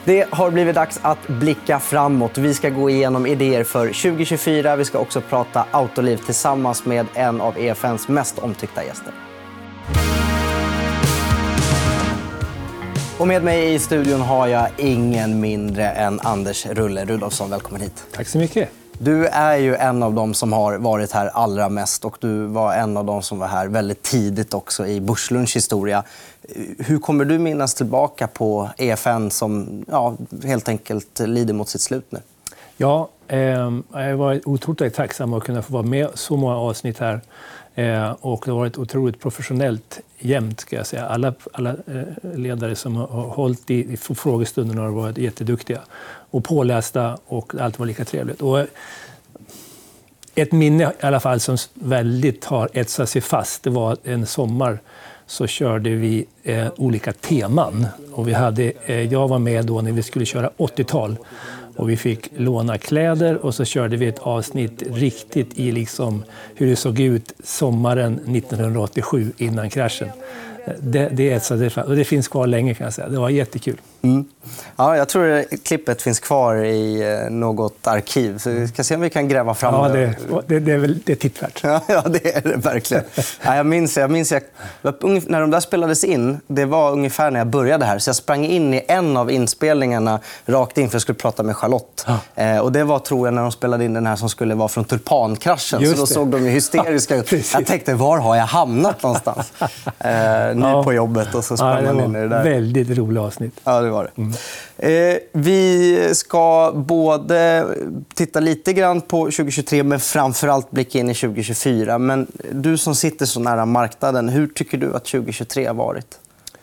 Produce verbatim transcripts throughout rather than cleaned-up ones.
Det har blivit dags att blicka framåt. Vi ska gå igenom idéer för tjugo tjugofyra. Vi ska också prata Autoliv tillsammans med en av E F N:s mest omtyckta gäster. Och med mig i studion har jag ingen mindre än Anders Rulle Rudolfsson. Välkommen hit. Tack så mycket. Du är ju en av dem som har varit här allra mest och du var en av dem som var här väldigt tidigt också i Börslunch historia. Hur kommer du minnas tillbaka på E F N som ja, helt enkelt lider mot sitt slut nu? Ja, eh, jag var otroligt tacksam att kunna få vara med så många avsnitt här. Eh, och det har varit otroligt professionellt jämt, ska jag säga. Alla, alla eh, ledare som har hållit i, i frågestunderna har varit jätteduktiga och pålästa och allt var lika trevligt. Och ett minne i alla fall som väldigt har etsat sig fast, det var en sommar så körde vi eh, olika teman. Och vi hade, eh, jag var med då när vi skulle köra åttiotal. Och vi fick låna kläder och så körde vi ett avsnitt riktigt i liksom hur det såg ut sommaren nittonhundraåttiosju innan kraschen. Det, det, är så, och det finns kvar länge, kan jag säga. Det var jättekul. Mm. Ja, jag tror att klippet finns kvar i något arkiv. Så vi ska se om vi kan gräva fram ja, det. Det, det, det är väl det är tittvärt. Ja, ja, det är det verkligen. Ja, jag minns, jag minns jag, när de där spelades in, det var ungefär när jag började här. Så jag sprang in i en av inspelningarna rakt in för att jag skulle prata med Charlotte. Ja. Eh, och det var, tror jag, när de spelade in den här som skulle vara från Tulpankraschen. Just så då det. Såg de ju hysteriska ut. Ja, jag tänkte, var har jag hamnat någonstans? Eh, ny ja. På jobbet och så sprang ja, man in i det där. Väldigt roligt avsnitt. Ja, det var det. Mm. Eh, vi ska både titta lite grann på tjugo tjugotre men framförallt blicka in i tjugo tjugofyra. Men du som sitter så nära marknaden, hur tycker du att tjugo tjugotre har varit?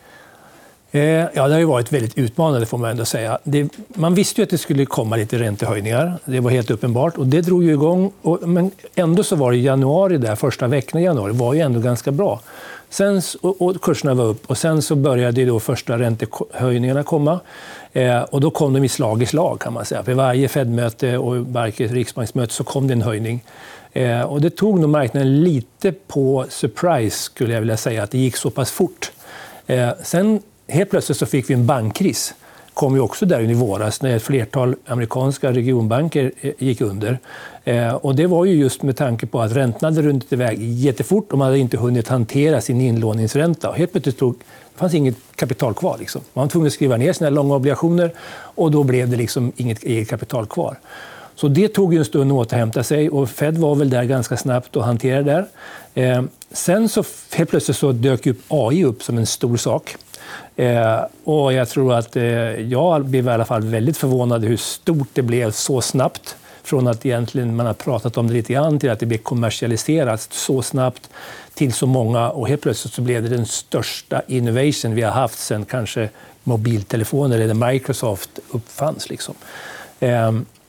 Eh, ja, det har ju varit väldigt utmanande, får man ändå säga. Det, man visste ju att det skulle komma lite räntehöjningar. Det var helt uppenbart och det drog ju igång. Och, men ändå så var det januari där, första veckan i januari var ju ändå ganska bra. Sen, och, och kurserna var upp och sen så började då första räntehöjningarna komma. Eh, och då kom de i slag i slag, kan man säga. För varje Fed-möte och varje riksbanksmöte så kom det en höjning. Eh, och det tog nog marknaden lite på surprise, skulle jag vilja säga, att det gick så pass fort. Eh, sen helt plötsligt så fick vi en bankkris. Kom ju också där i våras när ett flertal amerikanska regionbanker gick under. Eh, och det var ju just med tanke på att räntorna hade runt iväg jättefort och man hade inte hunnit hantera sin inlåningsränta. Och helt plötsligt tog, det fanns inget kapital kvar. Liksom. Man var tvungen att skriva ner sina långa obligationer och då blev det liksom inget eget kapital kvar. Så det tog ju en stund att återhämta sig och Fed var väl där ganska snabbt och hanterade det där. Eh, sen så helt plötsligt så dök upp A I upp som en stor sak. Eh, och jag tror att eh, jag blev i alla fall väldigt förvånad hur stort det blev så snabbt. Från att egentligen man har pratat om det lite grann till att det blev kommersialiserat så snabbt till så många. Och helt plötsligt så blev det den största innovation vi har haft sedan kanske mobiltelefoner eller Microsoft uppfanns. Liksom. Eh,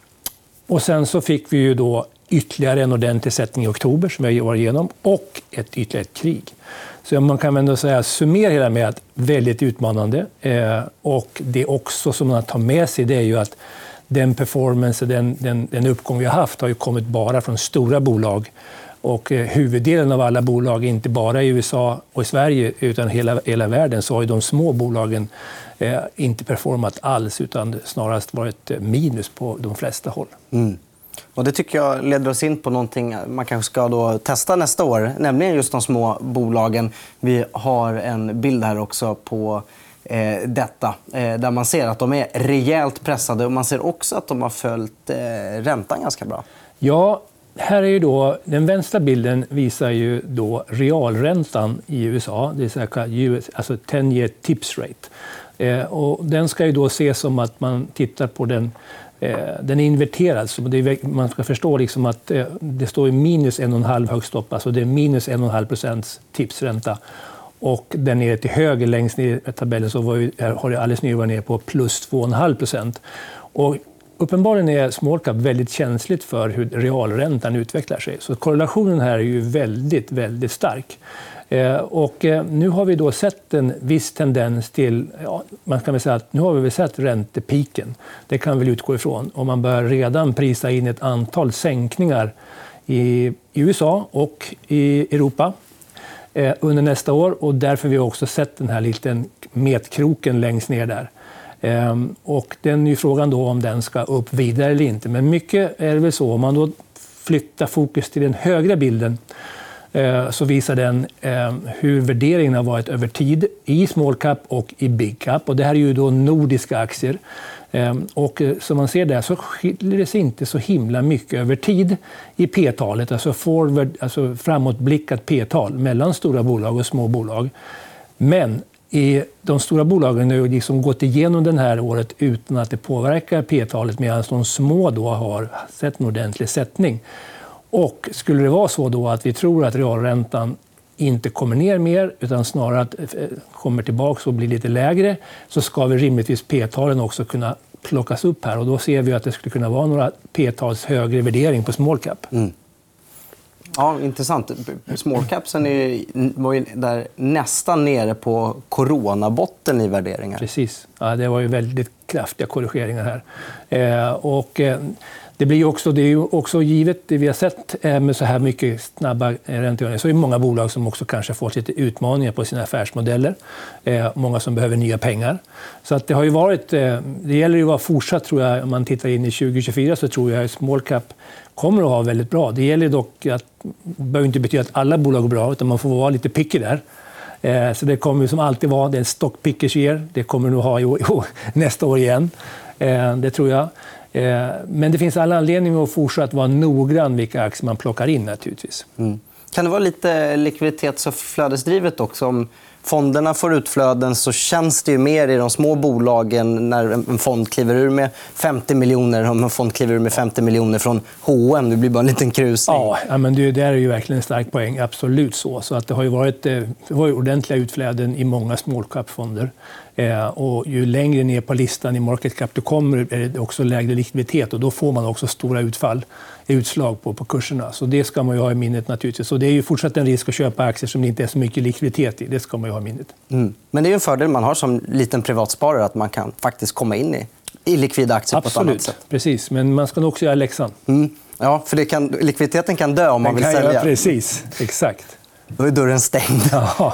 och sen så fick vi ju då ytterligare en ordentlig sättning i oktober som vi var igenom och ett ytterligare ett krig. Så man kan ändå säga summera hela med att väldigt utmanande. Eh, och det också som man tar med sig det är ju att den performance och den, den, den uppgång vi har haft har ju kommit bara från stora bolag. Och eh, huvuddelen av alla bolag, inte bara i U S A och i Sverige utan hela, hela världen, så har ju de små bolagen eh, inte performat alls utan snarast varit minus på de flesta håll. Mm. Och det tycker jag leder oss in på någonting man kanske ska då testa nästa år, nämligen just de små bolagen. Vi har en bild här också på eh, detta eh, där man ser att de är rejält pressade och man ser också att de har följt eh, räntan ganska bra. Ja, här är ju då, den vänstra bilden visar ju då realräntan i U S A, det är så här, alltså ten year tips rate. Eh, och den ska ju då ses som att man tittar på den. Den är inverterad, så det är, man ska förstå liksom att det står minus en komma fem högst upp, alltså det är minus en komma fem procents tipsränta. Och den är till höger längst ner i tabellen så var ju, har det alldeles nyligen varit ner på plus två komma fem procent. Och uppenbarligen är small cap väldigt känsligt för hur realräntan utvecklar sig. Så korrelationen här är ju väldigt, väldigt stark. Och nu har vi då sett en viss tendens till, ja, man kan väl säga att nu har vi väl sett räntepiken. Det kan vi utgå ifrån. Och man bör redan prisa in ett antal sänkningar i U S A och i Europa under nästa år. Och därför har vi också sett den här liten metkroken längst ner där. Och den är ju frågan då om den ska upp vidare eller inte. Men mycket är det väl så, om man då flyttar fokus till den högra bilden så visar den hur värderingen har varit över tid i small cap och i big cap. Och det här är ju då nordiska aktier. Och som man ser där så skiljer det sig inte så himla mycket över tid i P-talet, alltså, forward, alltså framåtblickat P-tal mellan stora bolag och små bolag. Men i de stora bolagen har liksom gått igenom det här året utan att det påverkar P-talet, medan de små då har sett en ordentlig sättning. Och skulle det vara så då att vi tror att realräntan inte kommer ner mer utan snarare att kommer tillbaka och blir lite lägre, så ska vi rimligtvis P-talen också kunna plockas upp här. Och då ser vi att det skulle kunna vara några P-tals högre värdering på small cap. Mm. Ja, intressant. Small capsen är, var ju där nästan nere på coronabotten i värderingar. Precis. Ja, det var ju väldigt kraftiga korrigeringar här. Eh, och, eh, Det, blir också, det är ju också givet det vi har sett med så här mycket snabba räntehöjningar, så är det många bolag som också kanske får lite utmaningar på sina affärsmodeller. Eh, många som behöver nya pengar. Så att det har ju varit, eh, det gäller ju att vara fortsatt, tror jag, om man tittar in i tjugo tjugofyra, så tror jag att small cap kommer att ha väldigt bra. Det gäller dock att, det behöver inte betyda att alla bolag går bra, utan man får vara lite picky där. Eh, så det kommer som alltid vara, det är en stock pickers year. Det kommer nog ha i, i, nästa år igen. Eh, det tror jag. Men det finns alla anledningar att fortsätta vara noggrann vilka aktier man plockar in naturligtvis. Mm. Kan det vara lite likviditets- och flödesdrivet också? Om fonderna får utflöden så känns det ju mer i de små bolagen när en fond kliver ur med femtio miljoner, om en fond kliver ur med femtio miljoner från H och M. Det blir bara en liten krusning. Ja, men det där är ju verkligen en stark poäng. Absolut så. Så att det har ju varit, det var ju ordentliga utflöden i många small cap-fonder. Eh, och ju längre ner på listan i market cap du kommer är det också lägre likviditet, och då får man också stora utfall, utslag på, på kurserna. Så det ska man ju ha i minnet naturligtvis. Så det är ju fortsatt en risk att köpa aktier som det inte är så mycket likviditet i. Det ska man ju ha i minnet. Mm. Men det är ju en fördel man har som liten privatsparare, att man kan faktiskt komma in i, i likvida aktier. Absolut. På ett annat sätt. Precis. Men man ska nog också göra läxan. Mm. Ja, för det kan, likviditeten kan dö om man Den vill kan sälja. Göra, precis, exakt. Då är dörren stängd. Ja.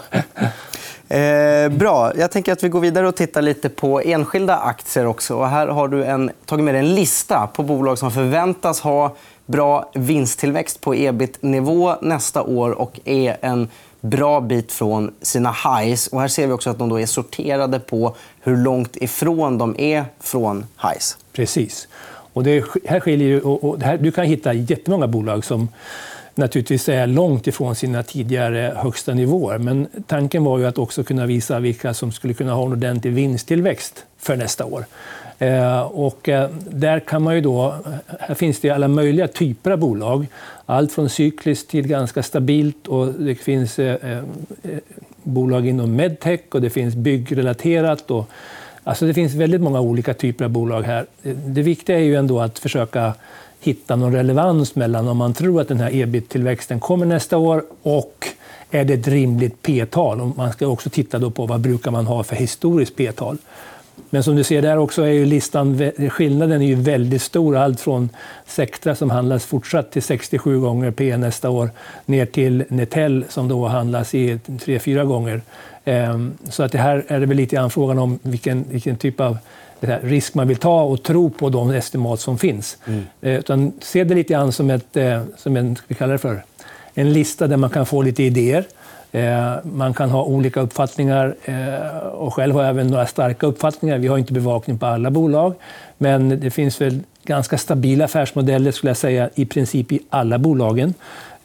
Eh, bra. Jag tänker att vi går vidare och tittar lite på enskilda aktier också. Och här har du en, tagit med dig en lista på bolag som förväntas ha bra vinsttillväxt på E B I T-nivå nästa år och är en bra bit från sina highs. Och här ser vi också att de då är sorterade på hur långt ifrån de är från highs. Precis. Och det här skiljer ju, och, och det här, du kan hitta jättemånga bolag som naturligtvis är långt ifrån sina tidigare högsta nivåer. Men tanken var ju att också kunna visa vilka som skulle kunna ha en ordentlig vinsttillväxt för nästa år. Eh, och eh, där kan man ju då, här finns det alla möjliga typer av bolag. Allt från cykliskt till ganska stabilt, och det finns eh, eh, bolag inom medtech och det finns byggrelaterat. Och, alltså det finns väldigt många olika typer av bolag här. Det viktiga är ju ändå att försöka hitta någon relevans mellan om man tror att den här E B I T-tillväxten kommer nästa år och är det ett rimligt P-tal. Och man ska också titta då på vad brukar man ha för historiskt P-tal. Men som du ser där också är ju listan, skillnaden är ju väldigt stor. Allt från Sectra som handlas fortsatt till sextiosju gånger P nästa år ner till Netel som då handlas i tre fyra gånger. Så att det här är det väl lite grann frågan om vilken, vilken typ av risk man vill ta och tro på de estimat som finns. Mm. Utan se det lite grann som, ett, som en, ska vi kalla det för, en lista där man kan få lite idéer. Man kan ha olika uppfattningar, och själv har jag även några starka uppfattningar. Vi har inte bevakning på alla bolag, men det finns väl ganska stabila affärsmodeller skulle jag säga i princip i alla bolagen.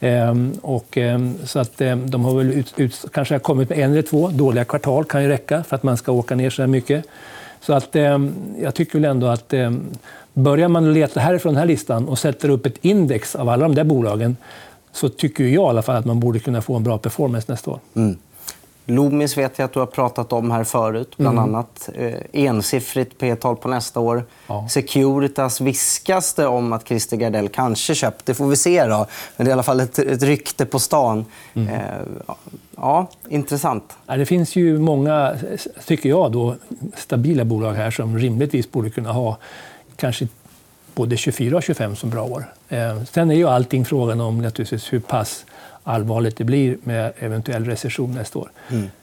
Och, så att de har väl ut, ut, kanske har kommit med en eller två dåliga kvartal kan ju räcka för att man ska åka ner så här mycket. Så att, jag tycker väl ändå att börjar man leta härifrån den här listan och sätter upp ett index av alla de där bolagen, så tycker jag i alla fall att man borde kunna få en bra performance nästa år. Mm. Loomis vet jag att du har pratat om här förut, bland mm. annat. Eh, ensiffrigt P-tal på nästa år. Ja. Securitas viskas det om att Christer Gardell kanske köpt. Det får vi se då. Men det är i alla fall ett, ett rykte på stan. Mm. Eh, ja, intressant. Ja, det finns ju många, tycker jag, då, stabila bolag här som rimligtvis borde kunna ha kanske både tjugofyra och tjugofem som bra år. Eh, sen är ju allting frågan om naturligtvis hur pass allvarligt det blir med eventuell recession nästa år. Mm.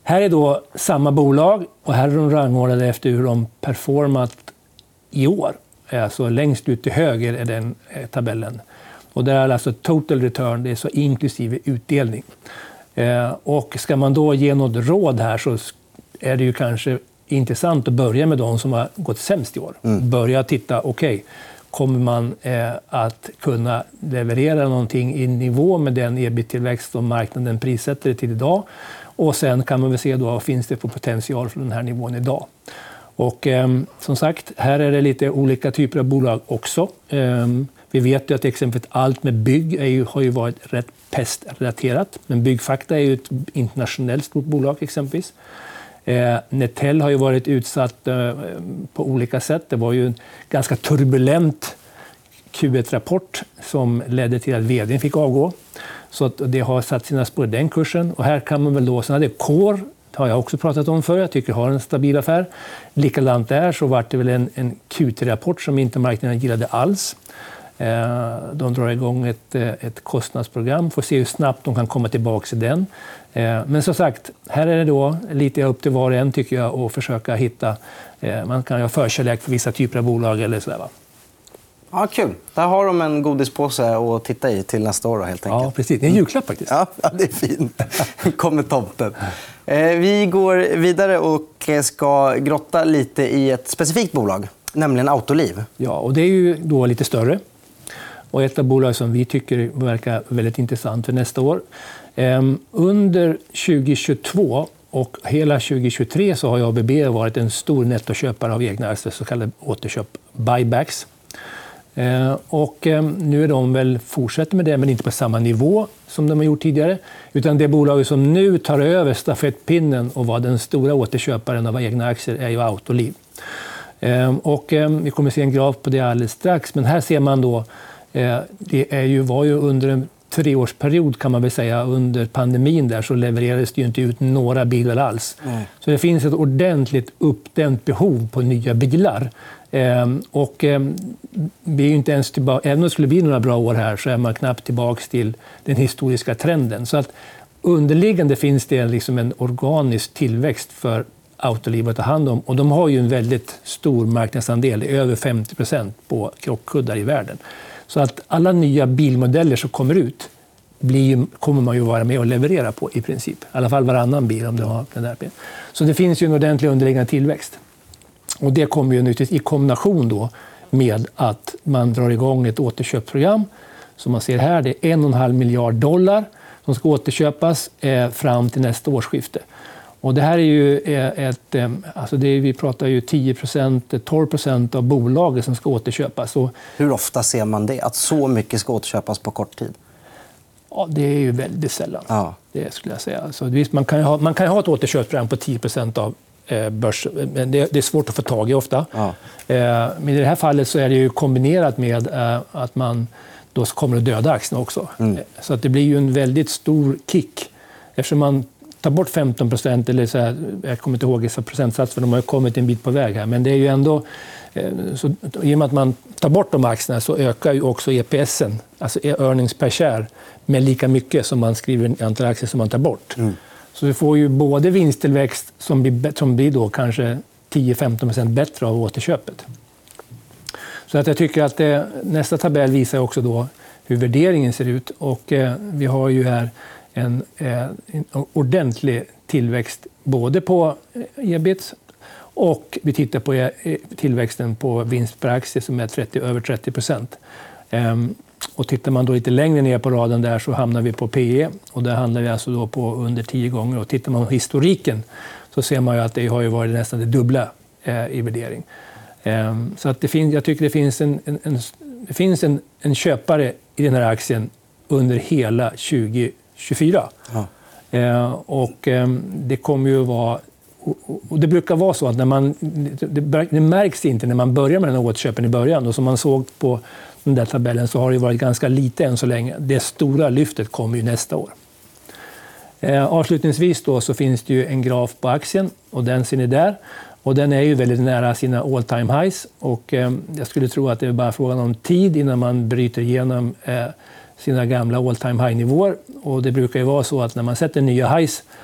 Här är då samma bolag och här är de rangordnade efter hur de performat i år. Alltså längst ut till höger är den eh, tabellen. Och där är alltså total return, det är så inklusive utdelning. Eh, och ska man då ge något råd här så är det ju kanske intressant att börja med de som har gått sämst i år. Mm. Börja titta, okej, okay, kommer man eh, att kunna leverera någonting i nivå med den E B I T-tillväxt som marknaden prissätter till idag? Och sen kan man väl se då, vad finns det för potential för den här nivån idag? Och eh, som sagt, här är det lite olika typer av bolag också. Eh, vi vet ju att exempelvis allt med bygg är ju, har ju varit rätt pestrelaterat. Men Byggfakta är ju ett internationellt stort bolag exempelvis. Eh, Netel har ju varit utsatt eh, på olika sätt. Det var ju en ganska turbulent Q ett-rapport som ledde till att vdn fick avgå. Så att det har satt sina spår i den kursen. Och här kan man väl då, sen hade Core, har jag också pratat om förr, jag tycker har en stabil affär. Likadant där så var det väl en, en Q tre-rapport som inte marknaden gillade alls. Eh, de drar igång ett, ett kostnadsprogram, får se hur snabbt de kan komma tillbaka i den. Eh, men som sagt, här är det då lite upp till var och en tycker jag att försöka hitta, eh, man kan ju ha förkärlek för vissa typer av bolag eller sådär va. Ja, kul. Där har de en godispåse att titta i till nästa år då, helt enkelt. Ja, precis. Det är en julklapp faktiskt. Ja, det är fint. Kommer tomten. Vi går vidare och ska grotta lite i ett specifikt bolag, nämligen Autoliv. Ja, och det är ju då lite större. Och ett av bolag som vi tycker verkar väldigt intressant för nästa år. Under tjugohundratjugotvå och hela tjugohundratjugotre så har A B B varit en stor nettoköpare av egna aktier, så kallade återköp, buybacks. Och nu är de väl fortsätter med det, men inte på samma nivå som de har gjort tidigare. Utan det bolaget som nu tar över stafettpinnen och var den stora återköparen av egna aktier är ju Autoliv. Och vi kommer att se en graf på det alldeles strax, men här ser man då, det är ju, var ju under en treårsperiod kan man väl säga, under pandemin där så levererades det ju inte ut några bilar alls. Mm. Så det finns ett ordentligt uppdämt behov på nya bilar. Ehm, och ehm, vi är ju inte ens tillbaka, även om det skulle bli några bra år här så är man knappt tillbaka till den historiska trenden. Så att underliggande finns det liksom en organisk tillväxt för Autoliv att ta hand om. Och de har ju en väldigt stor marknadsandel, över femtio procent på krockkuddar i världen. Så att alla nya bilmodeller som kommer ut blir, kommer man ju vara med och leverera på i princip. I alla fall varannan bil om det har den där bilen. Så det finns ju en ordentlig underliggande tillväxt. Och det kommer ju nu i kombination då med att man drar igång ett återköpsprogram. Som man ser här, det är en och en halv miljard dollar som ska återköpas eh, fram till nästa årsskifte. Och det här är ju ett, alltså det är, vi pratar ju tio procent, tolv procent av bolaget som ska återköpas. Så, hur ofta ser man det? Att så mycket ska återköpas på kort tid? Ja, det är ju väldigt sällan. Ja. Det skulle jag säga. Så visst, man kan ju ha, man kan ju ha ett återköpsprogram på tio procent av eh, börs. Men det, det är svårt att få tag i ofta. Ja. Eh, men i det här fallet så är det ju kombinerat med eh, att man då kommer att döda aktien också. Mm. Så att det blir ju en väldigt sor kick. Eftersom man tar bort femton procent, eller så här, jag kommer inte ihåg vissa procentsats för de har kommit en bit på väg här. Men det är ju ändå, så, i och med att man tar bort de aktierna så ökar ju också E P S-en, alltså earnings per share, med lika mycket som man skriver i antal aktier som man tar bort. Mm. Så vi får ju både vinsttillväxt som blir, som blir då kanske tio till femton procent bättre av återköpet. Så att jag tycker att det, nästa tabell visar också då hur värderingen ser ut. Och eh, vi har ju här En, en ordentlig tillväxt både på E B I T och vi tittar på tillväxten på vinst per aktie som är trettio, över trettio procent. Ehm, och tittar man då lite längre ner på raden där så hamnar vi på P E och där handlar vi alltså då på under tio gånger. Och tittar man på historiken så ser man ju att det har ju varit nästan det dubbla eh, i värdering. Ehm, så att det finns, jag tycker det finns en, en, en, det finns en, en köpare i den här aktien under hela tjugo tjugofyra. Ja. Eh, och eh, det kommer ju vara, och, och det brukar vara så att när man, det, det märks inte när man börjar med den här återköpen i början. Och som man såg på den där tabellen så har det varit ganska lite än så länge. Det stora lyftet kommer ju nästa år. Eh, avslutningsvis då så finns det ju en graf på aktien och den ser ni där. Och den är ju väldigt nära sina all time highs. Och eh, jag skulle tro att det är bara frågan om tid innan man bryter igenom eh, sina gamla all time high-nivåer. Och det brukar ju vara så att när man sätter nya highs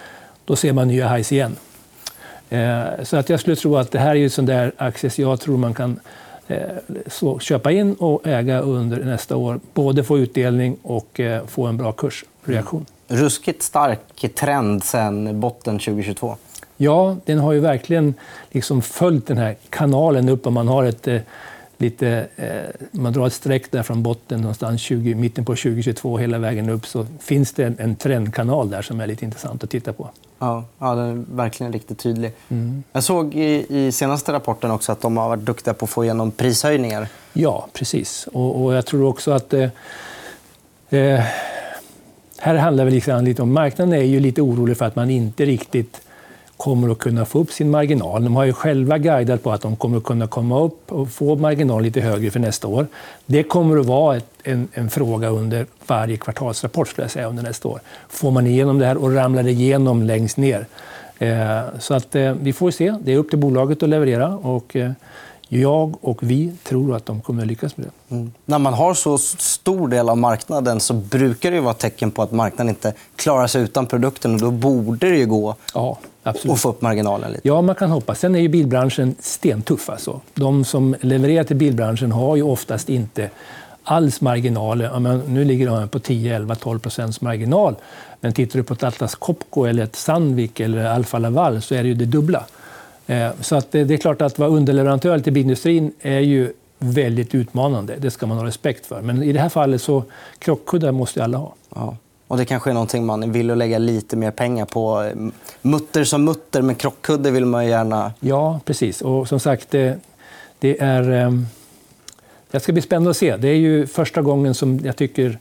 då ser man nya highs igen. Eh, så att jag skulle tro att det här är ju sån där aktie jag tror man kan eh, så, köpa in och äga under nästa år. Både få utdelning och eh, få en bra kursreaktion. Mm. Ruskigt stark trend sen botten tjugohundratjugotvå. Ja, den har ju verkligen liksom följt den här kanalen upp. Om man har ett eh, lite, eh, man drar ett streck där från botten någonstans tjugo, mitten på tjugohundratjugotvå hela vägen upp, så finns det en, en trendkanal där som är lite intressant att titta på. Ja, ja den är verkligen riktigt tydlig. Mm. Jag såg i, i senaste rapporten också att de har varit duktiga på att få igenom prishöjningar. Ja, precis. Och, och jag tror också att eh, eh, här handlar det liksom lite om, marknaden är ju lite orolig för att man inte riktigt kommer att kunna få upp sin marginal. De har ju själva guidat på att de kommer att kunna komma upp och få marginal lite högre för nästa år. Det kommer att vara ett, en, en fråga under varje kvartalsrapport skulle jag säga under nästa år. Får man igenom det här och ramlar det igenom längst ner? Eh, så att eh, vi får se. Det är upp till bolaget att leverera och eh, jag och vi tror att de kommer att lyckas med det. Mm. När man har så stor del av marknaden så brukar det ju vara tecken på att marknaden inte klarar sig utan produkten och då borde det ju gå ja, absolut. att få upp marginalen lite. Ja, man kan hoppas. Sen är ju bilbranschen stentuff. Alltså. De som levererar till bilbranschen har ju oftast inte alls marginaler. Men nu ligger de på tio, elva, tolv procents marginal. Men tittar du på ett Atlas Copco eller ett Sandvik eller Alfa Laval så är det ju det dubbla. Så att det är klart att vara underleverantör till bilindustrin är ju väldigt utmanande. Det ska man ha respekt för. Men i det här fallet så krockkuddar måste alla ha. Ja. Och det kanske är någonting man vill lägga lite mer pengar på. Mutter som mutter, men krockkudde vill man ju gärna... Ja, precis. Och som sagt, det, det är... Det ska bli spännande att se. Det är ju första gången som jag tycker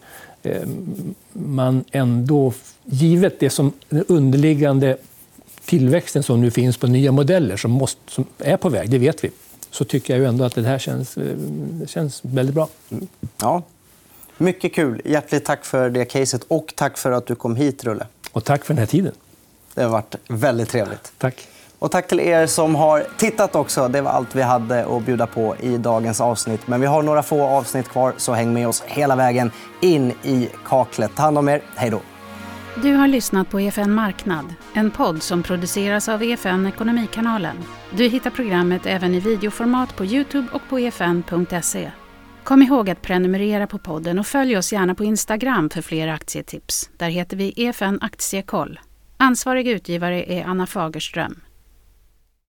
man ändå, givet det som underliggande tillväxten som nu finns på nya modeller som, måste, som är på väg, det vet vi. Så tycker jag ju ändå att det här känns, det känns väldigt bra. Mm. Ja, mycket kul. Hjärtligt tack för det caset och tack för att du kom hit, Rulle. Och tack för den här tiden. Det har varit väldigt trevligt. Tack. Och tack till er som har tittat också. Det var allt vi hade att bjuda på i dagens avsnitt. Men vi har några få avsnitt kvar, så häng med oss hela vägen in i kaklet. Ta hand om er. Hej då. Du har lyssnat på E F N Marknad, en podd som produceras av E F N Ekonomikanalen. Du hittar programmet även i videoformat på YouTube och på e f n punkt se. Kom ihåg att prenumerera på podden och följ oss gärna på Instagram för fler aktietips. Där heter vi E F N Aktiekoll. Ansvarig utgivare är Anna Fagerström.